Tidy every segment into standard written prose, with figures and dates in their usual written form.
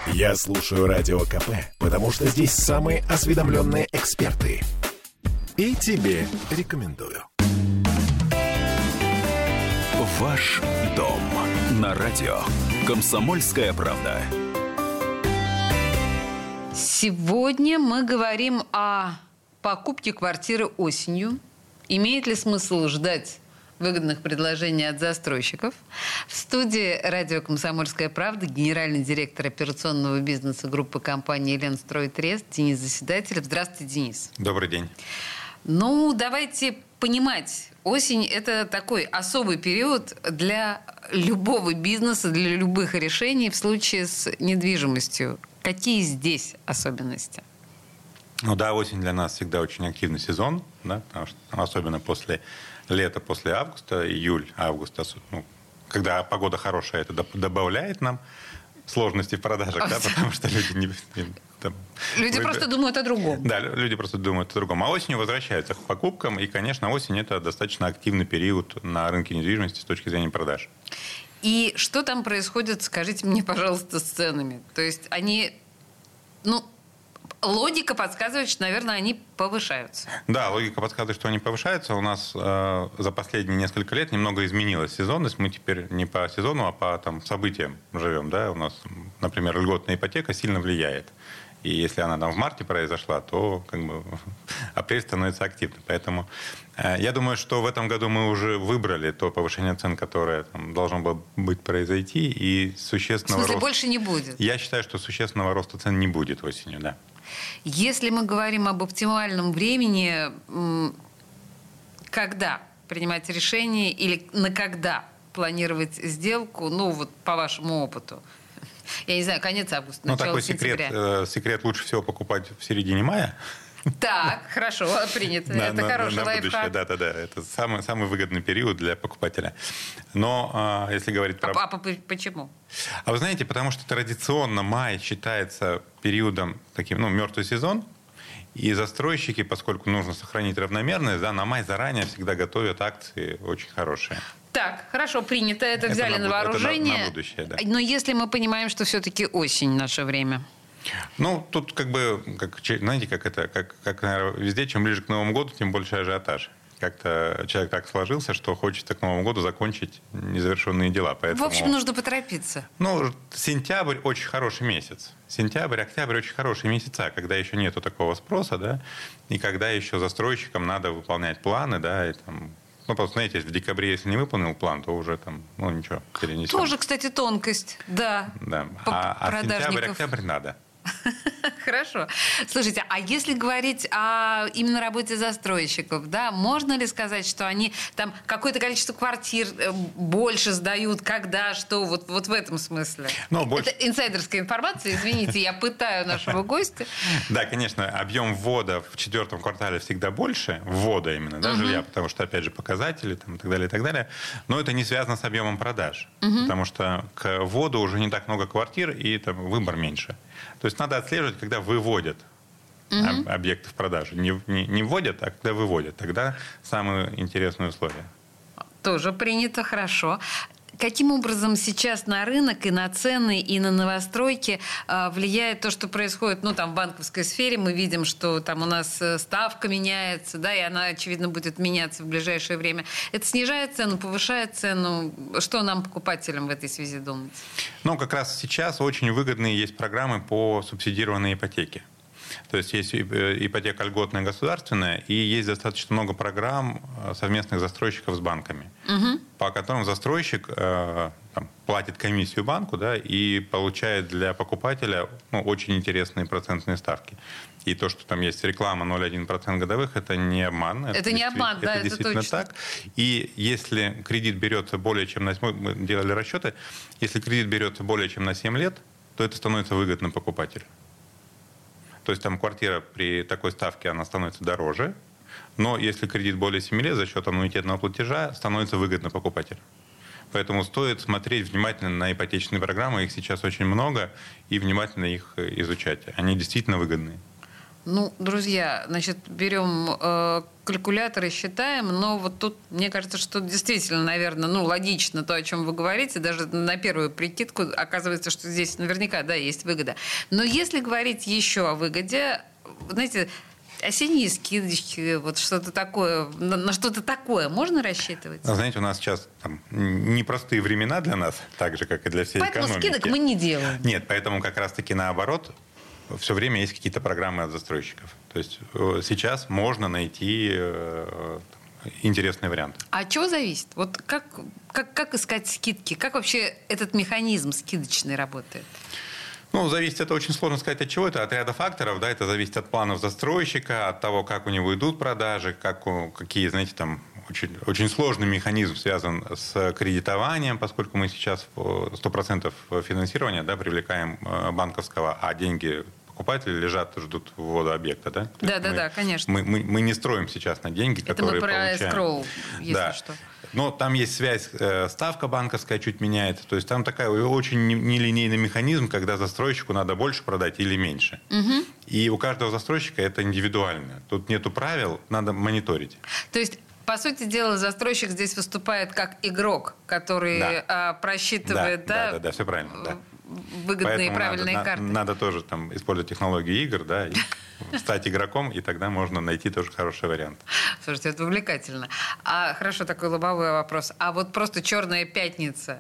Я слушаю Радио КП, потому что здесь самые осведомленные эксперты. И тебе рекомендую. Ваш дом на радио «Комсомольская правда». Сегодня мы говорим о покупке квартиры осенью. Имеет ли смысл ждать выгодных предложений от застройщиков? В студии радио «Комсомольская правда» генеральный директор операционного бизнеса группы компании «Ленстройтрест» Денис Заседателев. Здравствуйте, Денис. Добрый день. Ну, давайте понимать, осень – это такой особый период для любого бизнеса, для любых решений в случае с недвижимостью. Какие здесь особенности? Ну да, осень для нас всегда очень активный сезон, да, потому что особенно после лета, после августа, июль, август, ну, когда погода хорошая, это добавляет нам сложности в продажах, да, потому что люди Люди просто думают о другом. Да, люди просто думают о другом. А осенью возвращаются к покупкам, и, конечно, осень – это достаточно активный период на рынке недвижимости с точки зрения продаж. И что там происходит, скажите мне, пожалуйста, с ценами? То есть они, логика подсказывает, что, наверное, они повышаются. Да, логика подсказывает, что они повышаются. У нас за последние несколько лет немного изменилась сезонность. Мы теперь не по сезону, а по событиям живем. Да? У нас, например, льготная ипотека сильно влияет. И если она там в марте произошла, то апрель становится активным. Поэтому я думаю, что в этом году мы уже выбрали то повышение цен, которое должно было произойти. И существенного роста... больше не будет? Я считаю, что существенного роста цен не будет осенью, да. Если мы говорим об оптимальном времени, когда принимать решение или на когда планировать сделку, по вашему опыту? Я не знаю, конец августа, начало сентября. Секрет лучше всего покупать в середине мая. Так, хорошо, принято. Это хороший лайфхак. Да. Это самый выгодный период для покупателя. Но если говорить про... Почему? А вы знаете, потому что традиционно май считается периодом таким, мертвый сезон. И застройщики, поскольку нужно сохранить равномерность, на май заранее всегда готовят акции очень хорошие. Так, хорошо, принято. Это взяли на вооружение. Это на будущее, да. Но если мы понимаем, что все-таки осень в наше время. Тут знаете, как, наверное, везде, чем ближе к Новому году, тем больше ажиотаж. Как-то человек так сложился, что хочется к Новому году закончить незавершенные дела. Поэтому, в общем, нужно поторопиться. Сентябрь очень хороший месяц. Сентябрь, октябрь очень хорошие месяца, когда еще нету такого спроса, да, и когда еще застройщикам надо выполнять планы, да, и просто, знаете, в декабре, если не выполнил план, то уже ничего, перенесем. Тоже, кстати, тонкость, да. А сентябрь, октябрь надо. Хорошо. Слушайте, а если говорить о именно работе застройщиков, да, можно ли сказать, что они там какое-то количество квартир больше сдают, когда, что, вот в этом смысле? Это инсайдерская информация, извините, я пытаю нашего гостя. Да, конечно, объем ввода в четвертом квартале всегда больше, ввода именно, да, жилья, потому что, опять же, показатели и так далее, и так далее. Но это не связано с объемом продаж, потому что к вводу уже не так много квартир и выбор меньше. То есть надо отслеживать, когда выводят объекты в продажу. Не вводят, а когда выводят. Тогда самые интересные условия. Тоже принято, хорошо. Каким образом сейчас на рынок и на цены, и на новостройки влияет то, что происходит в банковской сфере? Мы видим, что там у нас ставка меняется, да, и она, очевидно, будет меняться в ближайшее время. Это снижает цену, повышает цену? Что нам, покупателям, в этой связи думать? Как раз сейчас очень выгодные есть программы по субсидированной ипотеке. То есть есть ипотека льготная государственная, и есть достаточно много программ совместных застройщиков с банками, по которым застройщик платит комиссию банку, да, и получает для покупателя очень интересные процентные ставки. И то, что там есть реклама 0,1% годовых, это не обман. Это не обман, да, это действительно точно. Так. И если кредит берется более чем мы делали расчеты, если кредит берется более чем на 7 лет, то это становится выгодно покупателю. То есть квартира при такой ставке, она становится дороже, но если кредит более 7 лет за счет аннуитетного платежа, становится выгодно покупателю. Поэтому стоит смотреть внимательно на ипотечные программы, их сейчас очень много, и внимательно их изучать. Они действительно выгодные. Ну, друзья, значит, берем калькулятор и считаем, но вот тут, мне кажется, что действительно, наверное, логично то, о чем вы говорите, даже на первую прикидку оказывается, что здесь наверняка, да, есть выгода. Но если говорить еще о выгоде, знаете, осенние скидочки, вот что-то такое, на что-то такое можно рассчитывать? Знаете, у нас сейчас непростые времена для нас, так же, как и для всей поэтому экономики. Поэтому скидок мы не делаем. Нет, поэтому как раз-таки наоборот, все время есть какие-то программы от застройщиков. То есть сейчас можно найти интересные варианты. А от чего зависит? Вот как искать скидки? Как вообще этот механизм скидочный работает? Ну, зависит, это очень сложно сказать от чего. Это от ряда факторов, да, это зависит от планов застройщика, от того, как у него идут продажи, какие, знаете, там очень сложный механизм связан с кредитованием, поскольку мы сейчас 100% финансирования, да, привлекаем банковского, а деньги покупатели лежат, ждут ввода объекта, да? Да, конечно. Мы не строим сейчас на деньги, которые получаем. Это мы про escrow, если что. Но там есть связь, ставка банковская чуть меняется. То есть там такой очень нелинейный механизм, когда застройщику надо больше продать или меньше. Угу. И у каждого застройщика это индивидуально. Тут нету правил, надо мониторить. То есть, по сути дела, застройщик здесь выступает как игрок, который просчитывает... Да, все правильно, да. Выгодные Поэтому и правильные карты. Надо тоже там использовать технологии игр, да, и стать игроком, и тогда можно найти тоже хороший вариант. Слушайте, это увлекательно. Хорошо, такой лобовой вопрос. А вот просто «Черная пятница»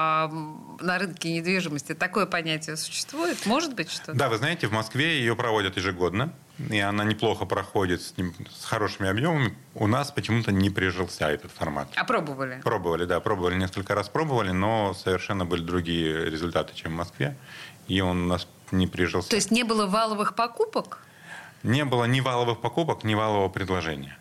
на рынке недвижимости, такое понятие существует? Может быть что-то? Да, вы знаете, в Москве ее проводят ежегодно, и она неплохо проходит с хорошими объемами. У нас почему-то не прижился этот формат. А пробовали? Пробовали, несколько раз пробовали, но совершенно были другие результаты, чем в Москве, и он у нас не прижился. То есть не было валовых покупок? Не было ни валовых покупок, ни валового предложения.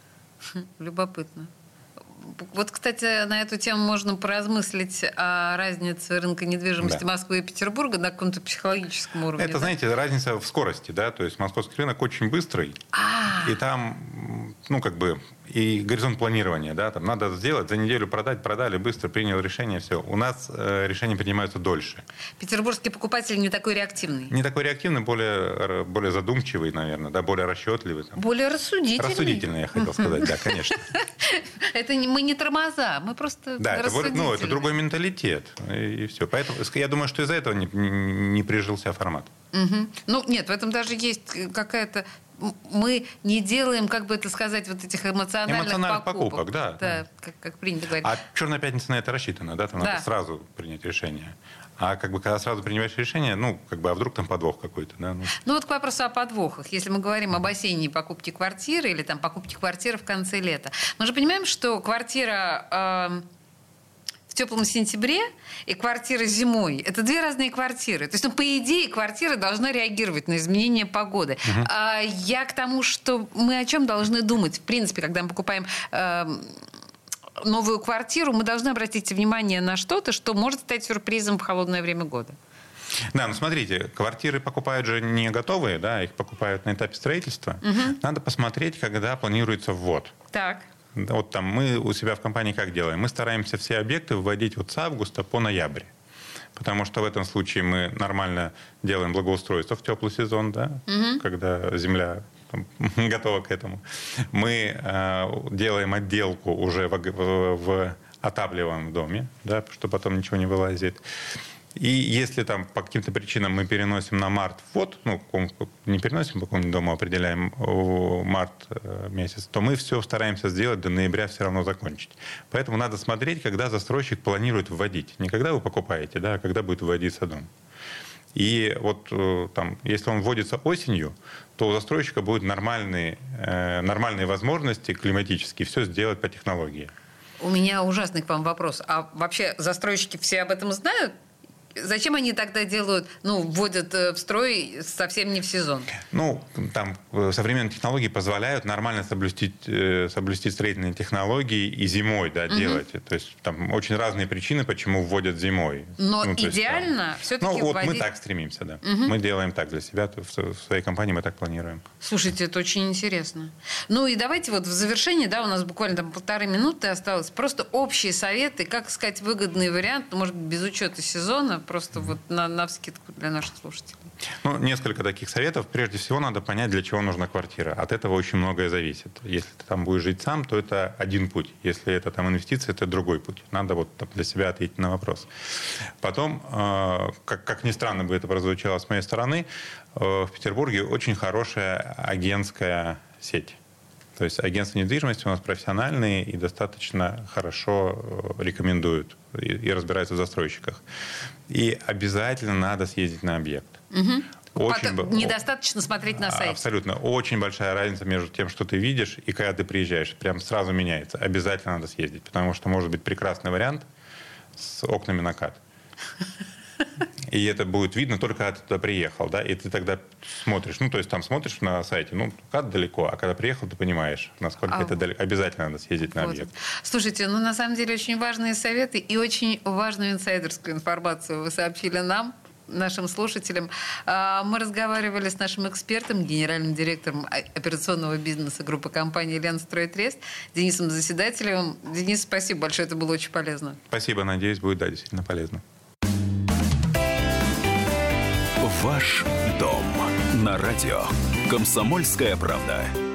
Любопытно. Вот, кстати, на эту тему можно поразмыслить о разнице рынка недвижимости Москвы и Петербурга на каком-то психологическом уровне. Это, знаете, разница в скорости, да, то есть московский рынок очень быстрый, и там, и горизонт планирования, да, там надо сделать, за неделю продали, быстро принял решение, все. У нас решения принимаются дольше. Петербургский покупатель не такой реактивный. Не такой реактивный, более задумчивый, наверное, да, более расчетливый. Более рассудительный. Рассудительный, я хотел сказать, да, конечно. Это мы не тормоза, мы просто рассудительные. Это другой менталитет, и все. Поэтому я думаю, что из-за этого не прижился формат. Угу. Нет, в этом даже есть какая-то... Мы не делаем, как бы это сказать, вот этих эмоциональных покупок. Да, как принято говорить. А «Черная пятница» на это рассчитана, да? Там надо сразу принять решение. А когда сразу принимаешь решение, а вдруг там подвох какой-то, да? Вот к вопросу о подвохах. Если мы говорим об осенней покупке квартиры или там покупке квартиры в конце лета, мы же понимаем, что квартира в теплом сентябре и квартира зимой – это две разные квартиры. То есть, по идее, квартира должна реагировать на изменения погоды. Угу. Я к тому, что мы о чем должны думать, в принципе, когда мы покупаем новую квартиру, мы должны обратить внимание на что-то, что может стать сюрпризом в холодное время года. Да, смотрите, квартиры покупают же не готовые, да, их покупают на этапе строительства. Угу. Надо посмотреть, когда планируется ввод. Так. Вот там мы у себя в компании как делаем? Мы стараемся все объекты вводить с августа по ноябрь. Потому что в этом случае мы нормально делаем благоустройство в теплый сезон, да, когда земля готова к этому. Мы делаем отделку уже в отапливаемом доме, да, чтобы потом ничего не вылазит. И если там по каким-то причинам мы переносим на март ввод, не переносим по какому-нибудь дому, определяем март месяц, то мы все стараемся сделать до ноября все равно закончить. Поэтому надо смотреть, когда застройщик планирует вводить. Не когда вы покупаете, да, а когда будет вводиться дом. И вот там, если он вводится осенью, то у застройщика будут нормальные возможности климатические все сделать по технологии. У меня ужасный к вам вопрос. А вообще застройщики все об этом знают? Зачем они тогда делают, вводят в строй совсем не в сезон? Там современные технологии позволяют нормально соблюсти строительные технологии и зимой, да, делать. То есть там очень разные причины, почему вводят зимой. Но идеально все-таки вводить... мы так стремимся, да. Мы делаем так для себя, в своей компании мы так планируем. Слушайте, это очень интересно. И давайте в завершении, да, у нас буквально там 1,5 минуты осталось, просто общие советы, как искать выгодный вариант, может быть, без учета сезона, просто вот навскидку для наших слушателей. Ну, несколько таких советов. Прежде всего, надо понять, для чего нужна квартира. От этого очень многое зависит. Если ты там будешь жить сам, то это один путь. Если это там инвестиции, это другой путь. Надо вот для себя ответить на вопрос. Потом, как ни странно бы это прозвучало с моей стороны, в Петербурге очень хорошая агентская сеть. То есть агентства недвижимости у нас профессиональные и достаточно хорошо рекомендуют и разбираются в застройщиках. И обязательно надо съездить на объект. Недостаточно смотреть на сайте. Абсолютно. Очень большая разница между тем, что ты видишь, и когда ты приезжаешь. Прям сразу меняется. Обязательно надо съездить, потому что может быть прекрасный вариант с окнами на КАТ. И это будет видно только когда ты туда приехал, да, и ты тогда смотришь, ну, то есть там смотришь на сайте, ну, КАТ далеко, а когда приехал, ты понимаешь, насколько это далеко. Обязательно надо съездить на объект. Слушайте, ну, на самом деле, очень важные советы и очень важную инсайдерскую информацию вы сообщили нам, нашим слушателям. Мы разговаривали с нашим экспертом, генеральным директором операционного бизнеса группы компании «Ленстрой-Трест» Денисом Заседателевым. Денис, спасибо большое, это было очень полезно. Спасибо, надеюсь, будет, да, действительно полезно. Ваш дом на радио. Комсомольская правда.